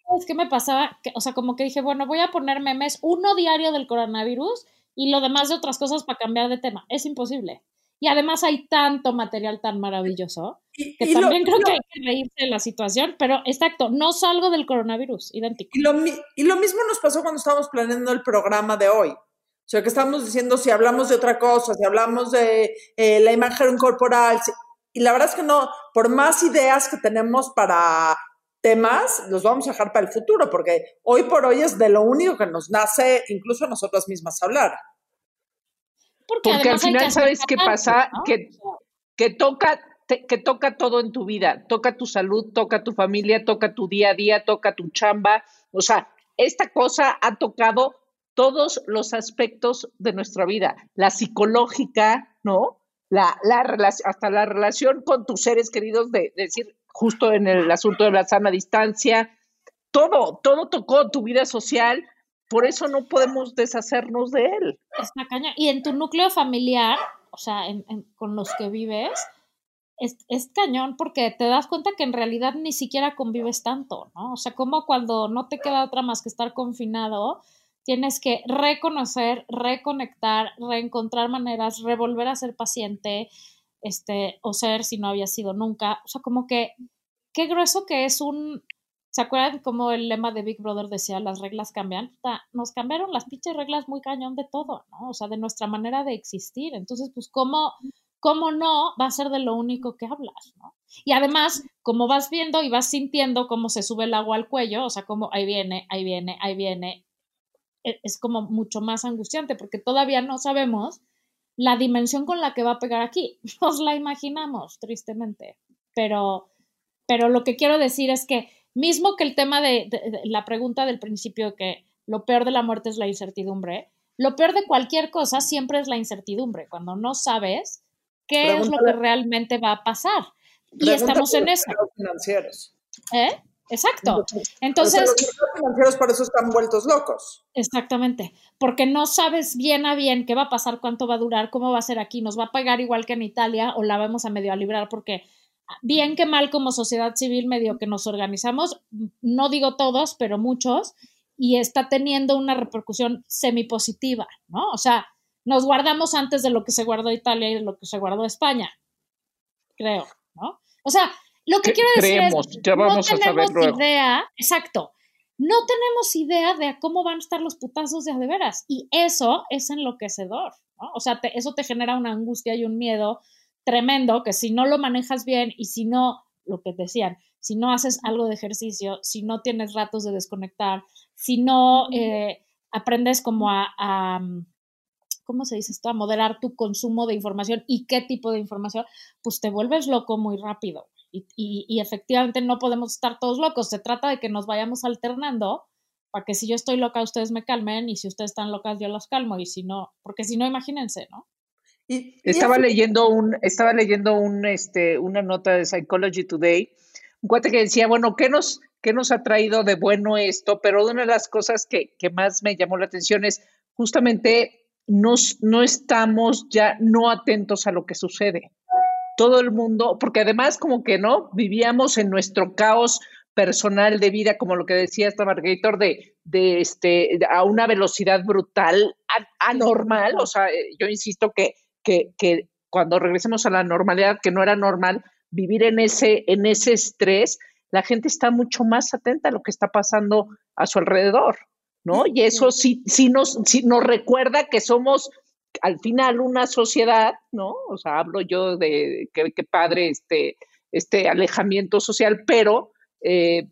¿sabes qué me pasaba? Que, o sea, como que dije, bueno, voy a poner memes, uno diario del coronavirus y lo demás de otras cosas para cambiar de tema. Es imposible. Y además hay tanto material tan maravilloso que y, y también lo, creo lo, que hay que reírse de la situación, pero exacto, no salgo del coronavirus, idéntico. Y lo, y lo mismo nos pasó cuando estábamos planeando el programa de hoy. O sea, que estamos diciendo si hablamos de otra cosa, si hablamos de eh, la imagen corporal. Si, y la verdad es que no, por más ideas que tenemos para temas, los vamos a dejar para el futuro, porque hoy por hoy es de lo único que nos nace, incluso a nosotras mismas, hablar. Porque, Porque al final, ¿sabes qué pasa? ¿No? Que, que, toca, te, que toca todo en tu vida. Toca tu salud, toca tu familia, toca tu día a día, toca tu chamba. O sea, esta cosa ha tocado todos los aspectos de nuestra vida. La psicológica, ¿no? La, la relación, hasta la relación con tus seres queridos, de, de decir, justo en el asunto de la sana distancia. Todo, todo tocó tu vida social. Por eso no podemos deshacernos de él. Está cañón. Y en tu núcleo familiar, o sea, en, en, con los que vives, es, es cañón porque te das cuenta que en realidad ni siquiera convives tanto, ¿no? O sea, como cuando no te queda otra más que estar confinado, tienes que reconocer, reconectar, reencontrar maneras, revolver a ser paciente, este, o ser si no había sido nunca. O sea, como que qué grueso que es un... ¿Se acuerdan cómo el lema de Big Brother decía, las reglas cambian? Nos cambiaron las pinches reglas muy cañón de todo, ¿no? O sea, de nuestra manera de existir. Entonces, pues, ¿cómo, cómo no va a ser de lo único que hablas, ¿no? Y además, como vas viendo y vas sintiendo cómo se sube el agua al cuello, o sea, como ahí viene, ahí viene, ahí viene, es como mucho más angustiante porque todavía no sabemos la dimensión con la que va a pegar aquí. Nos la imaginamos, tristemente. Pero, pero lo que quiero decir es que mismo que el tema de, de, de la pregunta del principio, que lo peor de la muerte es la incertidumbre, lo peor de cualquier cosa siempre es la incertidumbre, cuando no sabes qué Pregúntale. es lo que realmente va a pasar. Y estamos en eso. Los financieros. ¿Eh? Exacto. Entonces, los financieros por eso están vueltos locos. Exactamente, porque no sabes bien a bien qué va a pasar, cuánto va a durar, cómo va a ser aquí, nos va a pegar igual que en Italia o la vamos a medio a librar porque... Bien que mal como sociedad civil medio que nos organizamos, no digo todos, pero muchos, y está teniendo una repercusión semipositiva, ¿no? O sea, nos guardamos antes de lo que se guardó Italia y de lo que se guardó España, creo, ¿no? O sea, lo que quiero decir creemos, es, ya vamos no a saber tenemos luego. idea, exacto, no tenemos idea de cómo van a estar los putazos de a de veras, y eso es enloquecedor, ¿no? O sea, te, eso te genera una angustia y un miedo tremendo, que si no lo manejas bien y si no, lo que decían, si no haces algo de ejercicio, si no tienes ratos de desconectar, si no eh, aprendes como a, a, ¿cómo se dice esto? A moderar tu consumo de información y qué tipo de información, pues te vuelves loco muy rápido. Y, y, y efectivamente no podemos estar todos locos, se trata de que nos vayamos alternando para que si yo estoy loca ustedes me calmen y si ustedes están locas yo los calmo y si no, porque si no imagínense, ¿no? Y, y estaba, leyendo un, estaba leyendo un, este, una nota de Psychology Today, un cuate que decía, bueno, ¿qué nos, qué nos ha traído de bueno esto? Pero una de las cosas que, que más me llamó la atención es justamente nos, no estamos ya no atentos a lo que sucede. Todo el mundo, porque además como que no, vivíamos en nuestro caos personal de vida, como lo que decía esta Margator, de, de este, a una velocidad brutal, anormal. O sea, yo insisto que Que, que cuando regresemos a la normalidad, que no era normal vivir en ese, en ese estrés, la gente está mucho más atenta a lo que está pasando a su alrededor, ¿no? Y eso sí, sí, nos, sí nos recuerda que somos al final una sociedad, ¿no? O sea, hablo yo de que, que padre este, este alejamiento social, pero eh,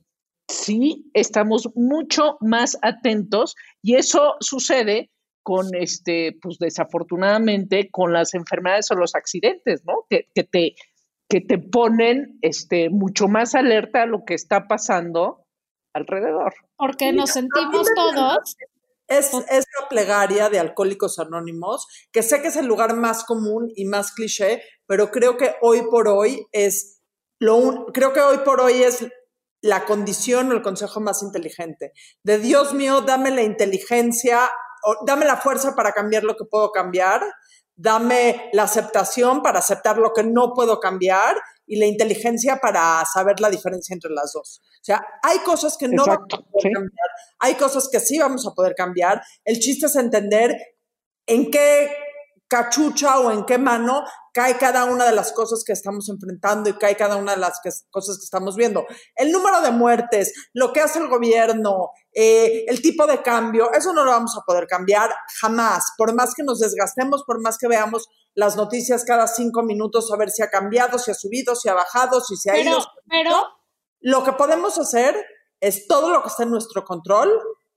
sí estamos mucho más atentos y eso sucede con este, pues desafortunadamente, con las enfermedades o los accidentes, ¿no? Que, que te, que te ponen este, mucho más alerta a lo que está pasando alrededor. Porque nos sentimos todos. Es esta plegaria de Alcohólicos Anónimos, que sé que es el lugar más común y más cliché, pero creo que hoy por hoy es lo un, creo que hoy por hoy es la condición o el consejo más inteligente. De Dios mío, dame la inteligencia, dame la fuerza para cambiar lo que puedo cambiar, dame la aceptación para aceptar lo que no puedo cambiar y la inteligencia para saber la diferencia entre las dos. O sea, hay cosas que no Exacto, vamos a poder sí. cambiar, hay cosas que sí vamos a poder cambiar. El chiste es entender en qué cachucha o en qué mano cae cada una de las cosas que estamos enfrentando y cae cada una de las que, cosas que estamos viendo. El número de muertes, lo que hace el gobierno, eh, el tipo de cambio, eso no lo vamos a poder cambiar jamás. Por más que nos desgastemos, por más que veamos las noticias cada cinco minutos a ver si ha cambiado, si ha subido, si ha bajado, si se ha pero, ido. Pero, ¿no? Lo que podemos hacer es todo lo que está en nuestro control,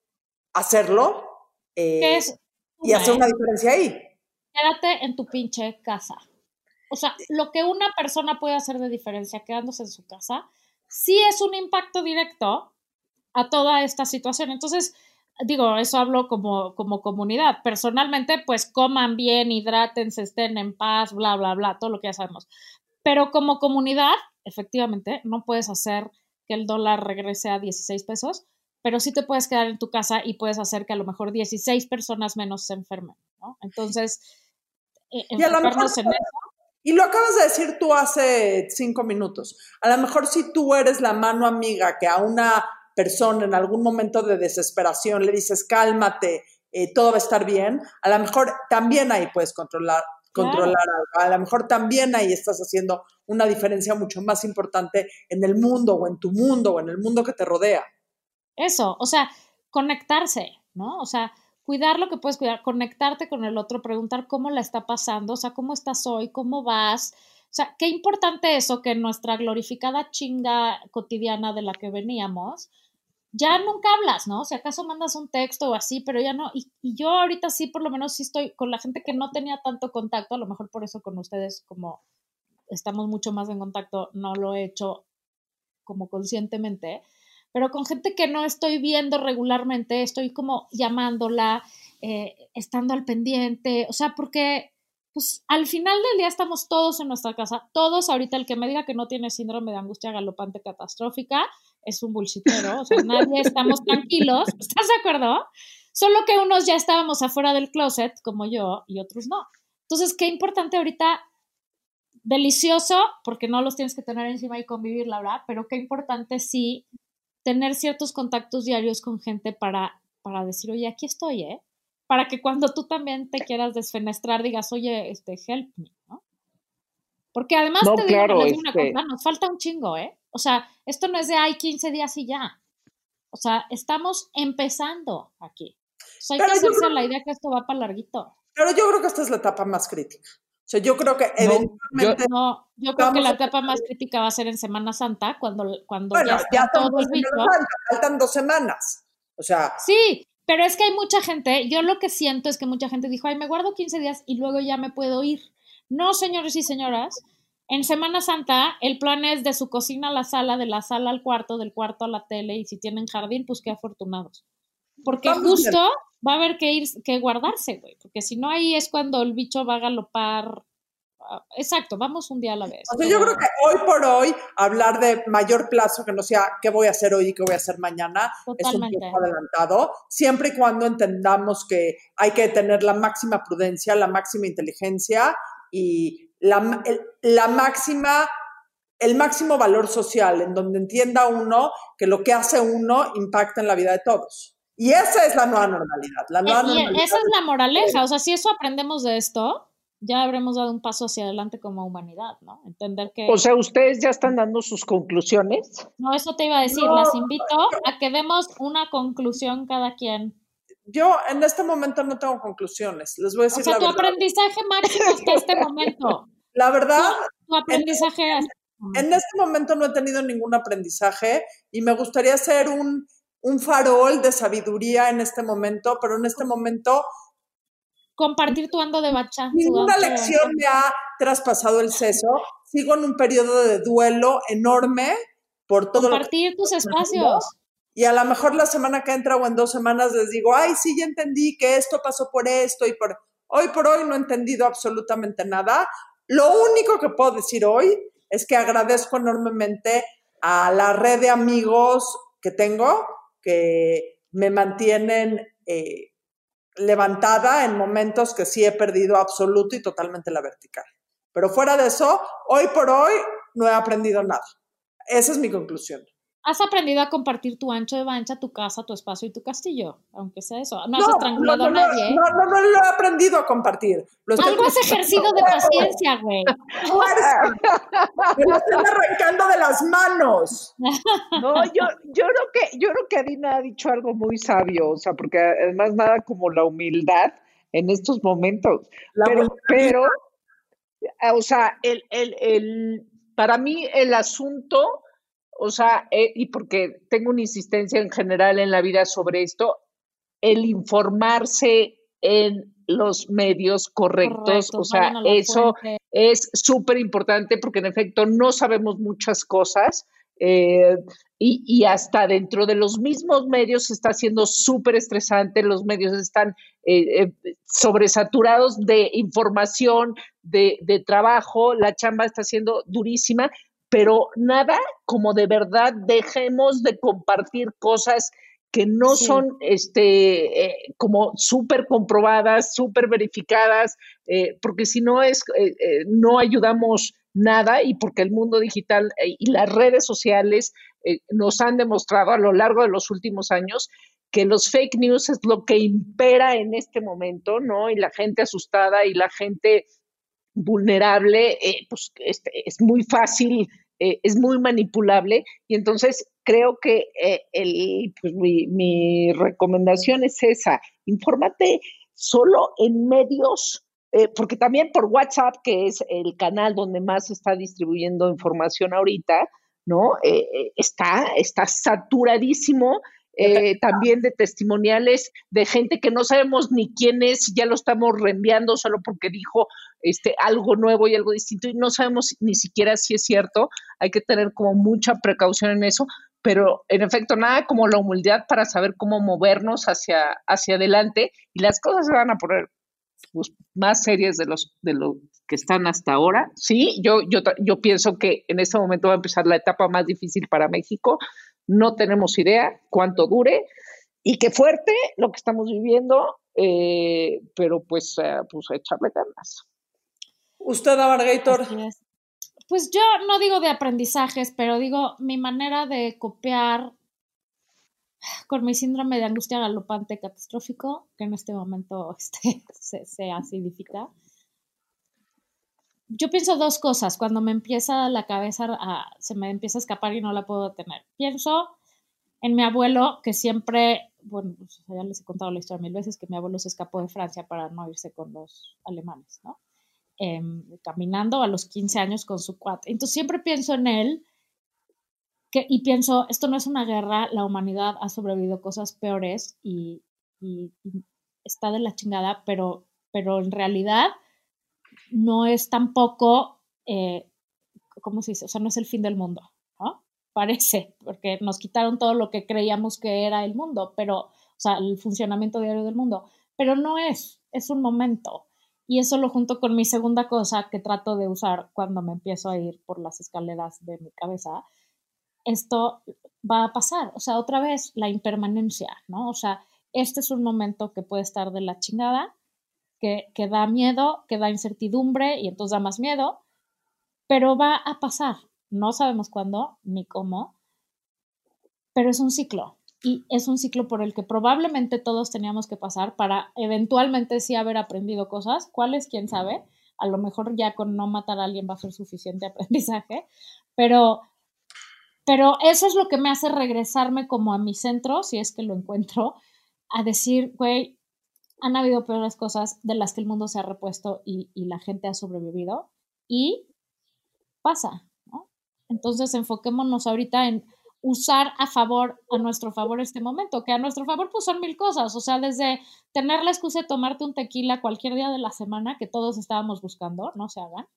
hacerlo eh, es y hacer una diferencia ahí. Quédate en tu pinche casa. O sea, lo que una persona puede hacer de diferencia quedándose en su casa, sí es un impacto directo a toda esta situación. Entonces, digo, eso hablo como, como comunidad. Personalmente, pues coman bien, hidrátense, estén en paz, bla, bla, bla, todo lo que ya sabemos. Pero como comunidad, efectivamente, no puedes hacer que el dólar regrese a dieciséis pesos, pero sí te puedes quedar en tu casa y puedes hacer que a lo mejor dieciséis personas menos se enfermen, ¿no? Entonces, eh, y a lo mejor, en eso. Y lo acabas de decir tú hace cinco minutos. A lo mejor si tú eres la mano amiga que a una persona en algún momento de desesperación le dices, cálmate, eh, todo va a estar bien, a lo mejor también ahí puedes controlar, controlar claro. algo. A lo mejor también ahí estás haciendo una diferencia mucho más importante en el mundo o en tu mundo o en el mundo que te rodea. Eso, o sea, conectarse, ¿no? O sea, cuidar lo que puedes cuidar, conectarte con el otro, preguntar cómo la está pasando, o sea, cómo estás hoy, cómo vas. O sea, qué importante eso que en nuestra glorificada chinga cotidiana de la que veníamos, ya nunca hablas, ¿no? Si acaso mandas un texto o así, pero ya no. Y, y yo ahorita sí, por lo menos sí estoy con la gente que no tenía tanto contacto, a lo mejor por eso con ustedes, como estamos mucho más en contacto, no lo he hecho como conscientemente, pero con gente que no estoy viendo regularmente, estoy como llamándola, eh, estando al pendiente, o sea, porque pues al final del día estamos todos en nuestra casa, todos. Ahorita el que me diga que no tiene síndrome de angustia galopante catastrófica es un bullshitero, o sea, nadie estamos tranquilos, ¿estás de acuerdo? Solo que unos ya estábamos afuera del closet, como yo, y otros no. Entonces, qué importante ahorita, delicioso, porque no los tienes que tener encima y convivir, la verdad, pero qué importante sí tener ciertos contactos diarios con gente para, para decir, oye, aquí estoy, ¿eh? Para que cuando tú también te quieras desfenestrar digas, oye, este, help me, ¿no? Porque además no, te claro, digo, les digo este... una cosa, nos falta un chingo, ¿eh? O sea, esto no es de, ay, quince días y ya. O sea, estamos empezando aquí. O sea, hay pero que hacerse creo, la idea que esto va para larguito. Pero yo creo que esta es la etapa más crítica. O sea, yo creo que no, eventualmente... Yo, no, yo creo que la etapa más crítica va a ser en Semana Santa, cuando, cuando bueno, ya está ya todo el bicho. Santa, faltan dos semanas. O sea... Sí, pero es que hay mucha gente, yo lo que siento es que mucha gente dijo, ay, me guardo quince días y luego ya me puedo ir. No, señores y señoras, en Semana Santa el plan es de su cocina a la sala, de la sala al cuarto, del cuarto a la tele, y si tienen jardín, pues qué afortunados. Porque Vamos justo bien. Va a haber que ir, que guardarse, güey, porque si no ahí es cuando el bicho va a galopar. Exacto, vamos un día a la vez. O sea, yo creo que hoy por hoy hablar de mayor plazo que no sea qué voy a hacer hoy y qué voy a hacer mañana Totalmente. Es un poco adelantado, siempre y cuando entendamos que hay que tener la máxima prudencia, la máxima inteligencia y la, el, la máxima, el máximo valor social, en donde entienda uno que lo que hace uno impacta en la vida de todos. Y esa es la nueva normalidad. La nueva y normalidad esa es la moraleja, o sea, si eso aprendemos de esto, ya habremos dado un paso hacia adelante como humanidad, ¿no? Entender que... O sea, ¿ustedes ya están dando sus conclusiones? No, eso te iba a decir, no, las invito a que demos una conclusión cada quien. Yo en este momento no tengo conclusiones, les voy a decir o sea, la tu verdad. aprendizaje máximo hasta este momento. La verdad... Tu, tu aprendizaje... En, en, en este momento no he tenido ningún aprendizaje y me gustaría ser un, un farol de sabiduría en este momento, pero en este momento... Compartir tu ando de bacha. Ninguna lección me ha traspasado el seso. Sigo en un periodo de duelo enorme por todo Compartir lo que... tus espacios. Y a lo mejor la semana que entra o en dos semanas les digo, ay, sí, ya entendí que esto pasó por esto y por... Hoy por hoy no he entendido absolutamente nada. Lo único que puedo decir hoy es que agradezco enormemente a la red de amigos que tengo, que me mantienen... Eh, levantada en momentos que sí he perdido absoluto y totalmente la vertical. Pero fuera de eso, hoy por hoy no he aprendido nada. Esa es mi conclusión. Has aprendido a compartir tu ancho de bancha, tu casa, tu espacio y tu castillo, aunque sea eso. No has no, estrangulado no, no, a nadie. No, no, no, no lo he aprendido a compartir. Lo Algo has ejercido de paciencia, güey. Me lo están arrancando de las manos. No, yo, yo creo que, yo creo que Adina ha dicho algo muy sabio, o sea, porque además nada como la humildad en estos momentos. La pero, pero, o sea, el, el, el, para mí el asunto... O sea, eh, y porque tengo una insistencia en general en la vida sobre esto, el informarse en los medios correctos, Correcto, o sea, eso fuente. Es súper importante porque en efecto no sabemos muchas cosas eh, y, y hasta dentro de los mismos medios está siendo súper estresante, los medios están eh, eh, sobresaturados de información, de, de trabajo, la chamba está siendo durísima, pero nada como de verdad dejemos de compartir cosas que no sí. son este eh, como súper comprobadas, súper verificadas, eh, porque si no es, eh, eh, no ayudamos nada y porque el mundo digital eh, y las redes sociales eh, nos han demostrado a lo largo de los últimos años que los fake news es lo que impera en este momento, ¿no? Y la gente asustada y la gente vulnerable, eh, pues este, es muy fácil, eh, es muy manipulable y entonces creo que eh, el, pues, mi, mi recomendación es esa, infórmate solo en medios, eh, porque también por WhatsApp, que es el canal donde más se está distribuyendo información ahorita, ¿no? Eh, está, está saturadísimo. Eh, también de testimoniales de gente que no sabemos ni quién es, ya lo estamos reenviando solo porque dijo este, algo nuevo y algo distinto y no sabemos ni siquiera si es cierto, hay que tener como mucha precaución en eso, pero en efecto nada como la humildad para saber cómo movernos hacia, hacia adelante y las cosas se van a poner pues, más serias de los de lo que están hasta ahora. Sí, yo, yo, yo pienso que en este momento va a empezar la etapa más difícil para México. No tenemos idea cuánto dure y qué fuerte lo que estamos viviendo, eh, pero pues, eh, pues a echarle ganas. ¿Usted, Margator? Pues yo no digo de aprendizajes, pero digo mi manera de copiar con mi síndrome de angustia galopante catastrófico, que en este momento este, se, se acidifica. Yo pienso dos cosas cuando me empieza la cabeza, a, se me empieza a escapar y no la puedo detener. Pienso en mi abuelo, que siempre, bueno, pues ya les he contado la historia mil veces, que mi abuelo se escapó de Francia para no irse con los alemanes, ¿no? Eh, caminando a los quince años con su cuate. Entonces siempre pienso en él que, y pienso, esto no es una guerra, la humanidad ha sobrevivido cosas peores y, y, y está de la chingada, pero, pero en realidad no es tampoco, eh, ¿cómo se dice? O sea, no es el fin del mundo, ¿no? Parece, porque nos quitaron todo lo que creíamos que era el mundo, pero, o sea, el funcionamiento diario del mundo, pero no es, es un momento. Y eso lo junto con mi segunda cosa que trato de usar cuando me empiezo a ir por las escaleras de mi cabeza. Esto va a pasar, o sea, otra vez la impermanencia, ¿no? O sea, este es un momento que puede estar de la chingada, Que, que da miedo, que da incertidumbre y entonces da más miedo, pero va a pasar. No sabemos cuándo ni cómo, pero es un ciclo y es un ciclo por el que probablemente todos teníamos que pasar para eventualmente sí haber aprendido cosas. ¿Cuáles? ¿Quién sabe? A lo mejor ya con no matar a alguien va a ser suficiente aprendizaje, pero, pero eso es lo que me hace regresarme como a mi centro, si es que lo encuentro, a decir, güey, han habido peores cosas de las que el mundo se ha repuesto y, y la gente ha sobrevivido y pasa, ¿no? Entonces enfoquémonos ahorita en usar a favor, a nuestro favor este momento, que a nuestro favor pues son mil cosas, o sea, desde tener la excusa de tomarte un tequila cualquier día de la semana que todos estábamos buscando, no se hagan.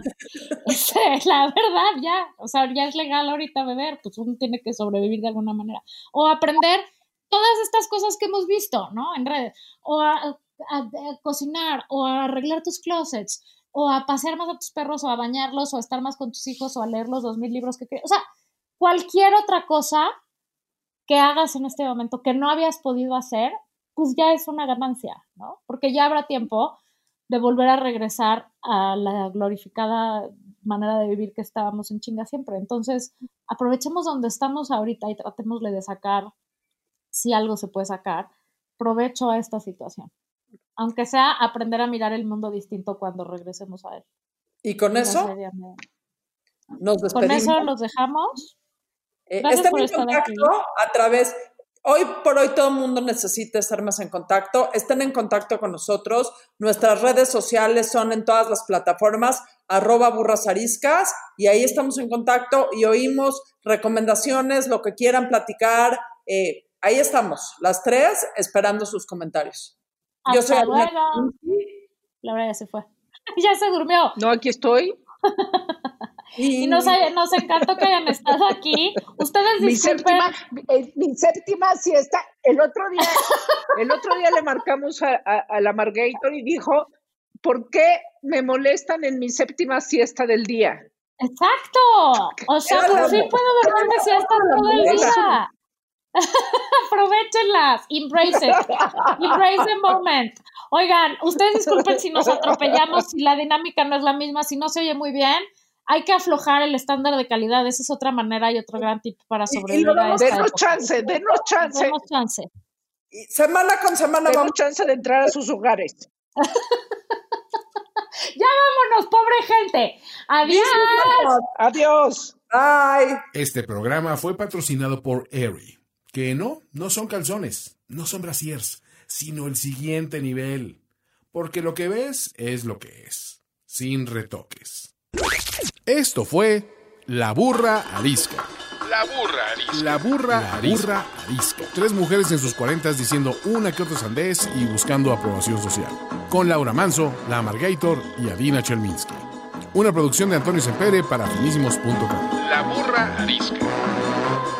La verdad, ya, o sea, ya es legal ahorita beber, pues uno tiene que sobrevivir de alguna manera. O aprender todas estas cosas que hemos visto, ¿no? En redes, o a, a, a cocinar, o a arreglar tus closets, o a pasear más a tus perros, o a bañarlos, o a estar más con tus hijos, o a leer los dos mil libros que quieres. O sea, cualquier otra cosa que hagas en este momento que no habías podido hacer pues ya es una ganancia, ¿no? Porque ya habrá tiempo de volver a regresar a la glorificada manera de vivir que estábamos en chinga siempre. Entonces, aprovechemos donde estamos ahorita y tratémosle de sacar, si algo se puede sacar, provecho a esta situación. Aunque sea aprender a mirar el mundo distinto cuando regresemos a él. Y con eso, nos despedimos. Con eso los dejamos. Eh, estén en contacto a través... Hoy por hoy todo el mundo necesita estar más en contacto. Estén en contacto con nosotros. Nuestras redes sociales son en todas las plataformas, arroba burrasariscas, y ahí estamos en contacto y oímos recomendaciones, lo que quieran platicar. Eh, ahí estamos, las tres, esperando sus comentarios. Hasta Yo soy luego. Laura ya se fue. Ya se durmió. No, aquí estoy. Y nos, hay, nos encantó que hayan estado aquí. Ustedes mi disculpen. Séptima, eh, mi séptima siesta. El otro día, el otro día le marcamos a, a, a la Margator y dijo, ¿por qué me molestan en mi séptima siesta del día? Exacto. O sea, por fin puedo dormirme siesta todo el día. Aprovechenlas. Embrace it. Embrace the moment. Oigan, ustedes disculpen si nos atropellamos, si la dinámica no es la misma, si no se oye muy bien. Hay que aflojar el estándar de calidad. Esa es otra manera y otro gran tip para sobrevivir a esta Denos época. chance, denos chance. Denos chance. Y semana con semana denos vamos. chance de entrar a sus hogares. Ya vámonos, pobre gente. Adiós. Adiós. Bye. Este programa fue patrocinado por Aerie. Que no, no son calzones, no son brasiers, sino el siguiente nivel. Porque lo que ves es lo que es, sin retoques. Esto fue La Burra Arisca. La Burra Arisca. La Burra, La Burra Arisca. Tres mujeres en sus cuarentas diciendo una que otra sandez y buscando aprobación social. Con Laura Manso, La Margator y Adina Chelminsky. Una producción de Antonio Sempere para finísimos punto com. La Burra Arisca.